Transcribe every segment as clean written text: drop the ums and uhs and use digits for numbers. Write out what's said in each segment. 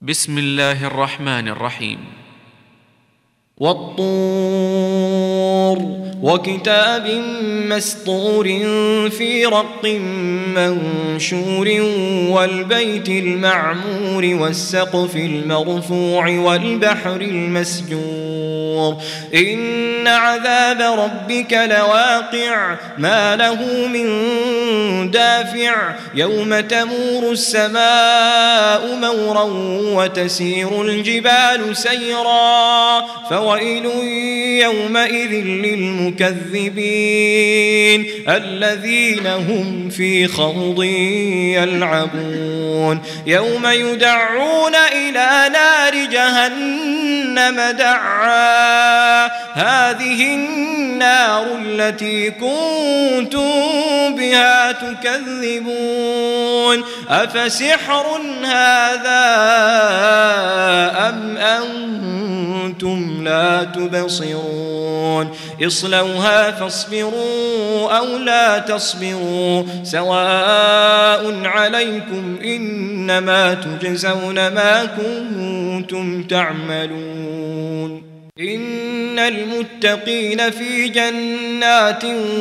بسم الله الرحمن الرحيم. والطور وكتاب مسطور في رق منشور والبيت المعمور والسقف المرفوع والبحر المسجور إن عذاب ربك لواقع ما له من دافع يوم تمور السماء مورا وتسير الجبال سيرا فويل يومئذ للمكذبين الذين هم في خوض يلعبون يوم يدعون إلى نار جهنم دعا هذه النار التي كنتم بها تكذبون أفسحر هذا أم أنتم لا تبصرون اصلوها فاصبروا أو لا تصبروا سواء عليكم إنما تجزون ما كنتم تعملون إن المتقين في جنات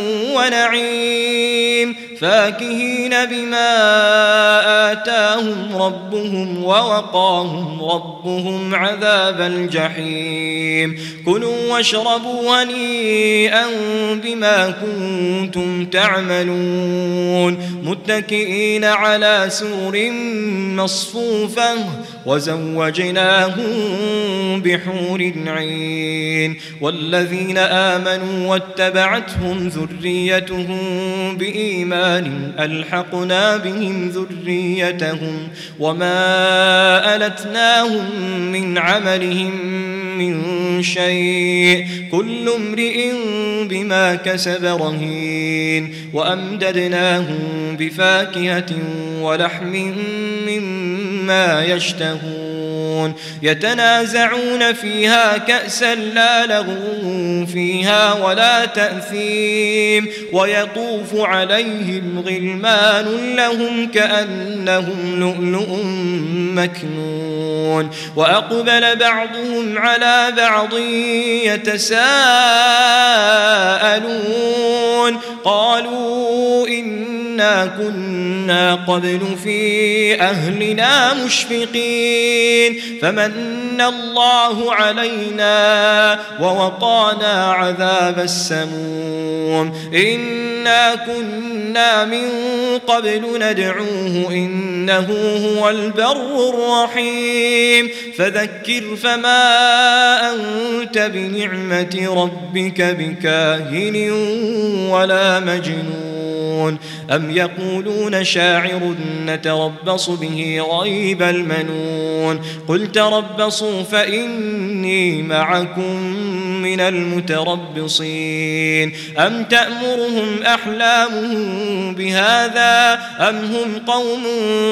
ونعيم فاكهين بما آتاهم ربهم ووقاهم ربهم عذاب الجحيم كلوا واشربوا هنيئا بما كنتم تعملون متكئين على سرر مصفوفة وزوجناهم بحور عين والذين آمنوا واتبعتهم ذريتهم بإيمان ألحقنا بهم ذريتهم وما ألتناهم من عملهم من شيء كل امرئ بما كسب رهين وأمددناهم بفاكهة ولحم مما يشتهون يتنازعون فيها كأسا لا لغو فيها ولا تأثيم ويطوف عليهم غلمان لهم كأنهم لؤلؤ مكنون وأقبل بعضهم على بعض يتساءلون قالوا إنا كنا قبل في أهلنا مشفقين فمن الله علينا ووقانا عذاب السموم إنا كنا من قبل ندعوه إنه هو البر الرحيم فذكر فما أنت بنعمة ربك بكاهن ولا مجنون أم يقولون شاعر نتربص به ريب المنون قل تربصوا فإني معكم من المتربصين أم تأمرهم أحلامهم بهذا أم هم قوم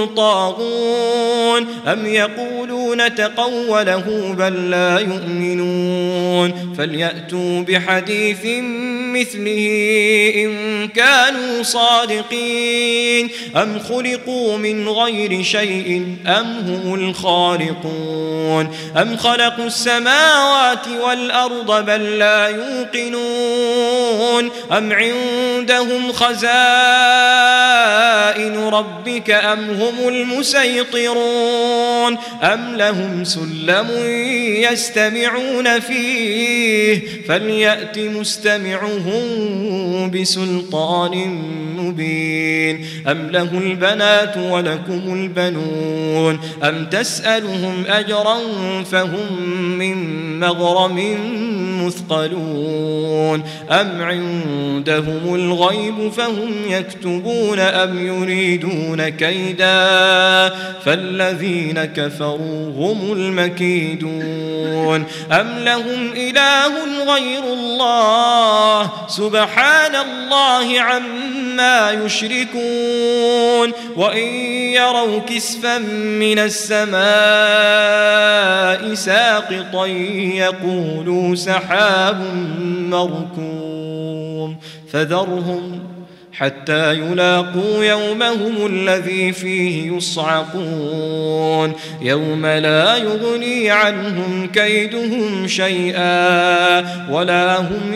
طاغون أم يقولون تقوله بل لا يؤمنون فليأتوا بحديث مثله إن كانوا صادقين أم خلقوا من غير شيء أم هم الخالقون أم خلقوا السماوات والأرض بل لا يوقنون أم عندهم خزائن ربك أم هم المسيطرون أم لهم سلم يستمعون فيه فليأت مستمعهم بسلطان مبين أم له البنات ولكم البنون أم تسألهم أجرا فهم من مغرم مثقلون أم عندهم الغيب فهم يكتبون أم يريدون كيدا فالذين كفروا هم المكيدون أم لهم إله غير الله سبحان الله عما يشركون وإن يروا كسفا من السماء ساقطا يقولوا سحاب مركوم فذرهم حتى يلاقوا يومهم الذي فيه يصعقون يوم لا يغني عنهم كيدهم شيئا ولا هم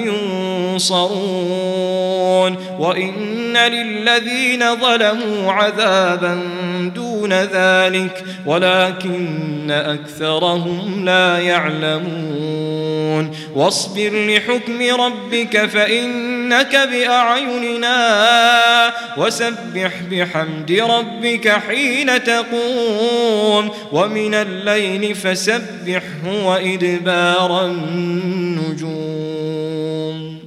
ينصرون وإن للذين ظلموا عذابا دون ذلك ولكن أكثرهم لا يعلمون واصبر لحكم ربك فإنك بأعيننا وسبح بحمد ربك حين تقوم ومن الليل فسبحه وإدبار النجوم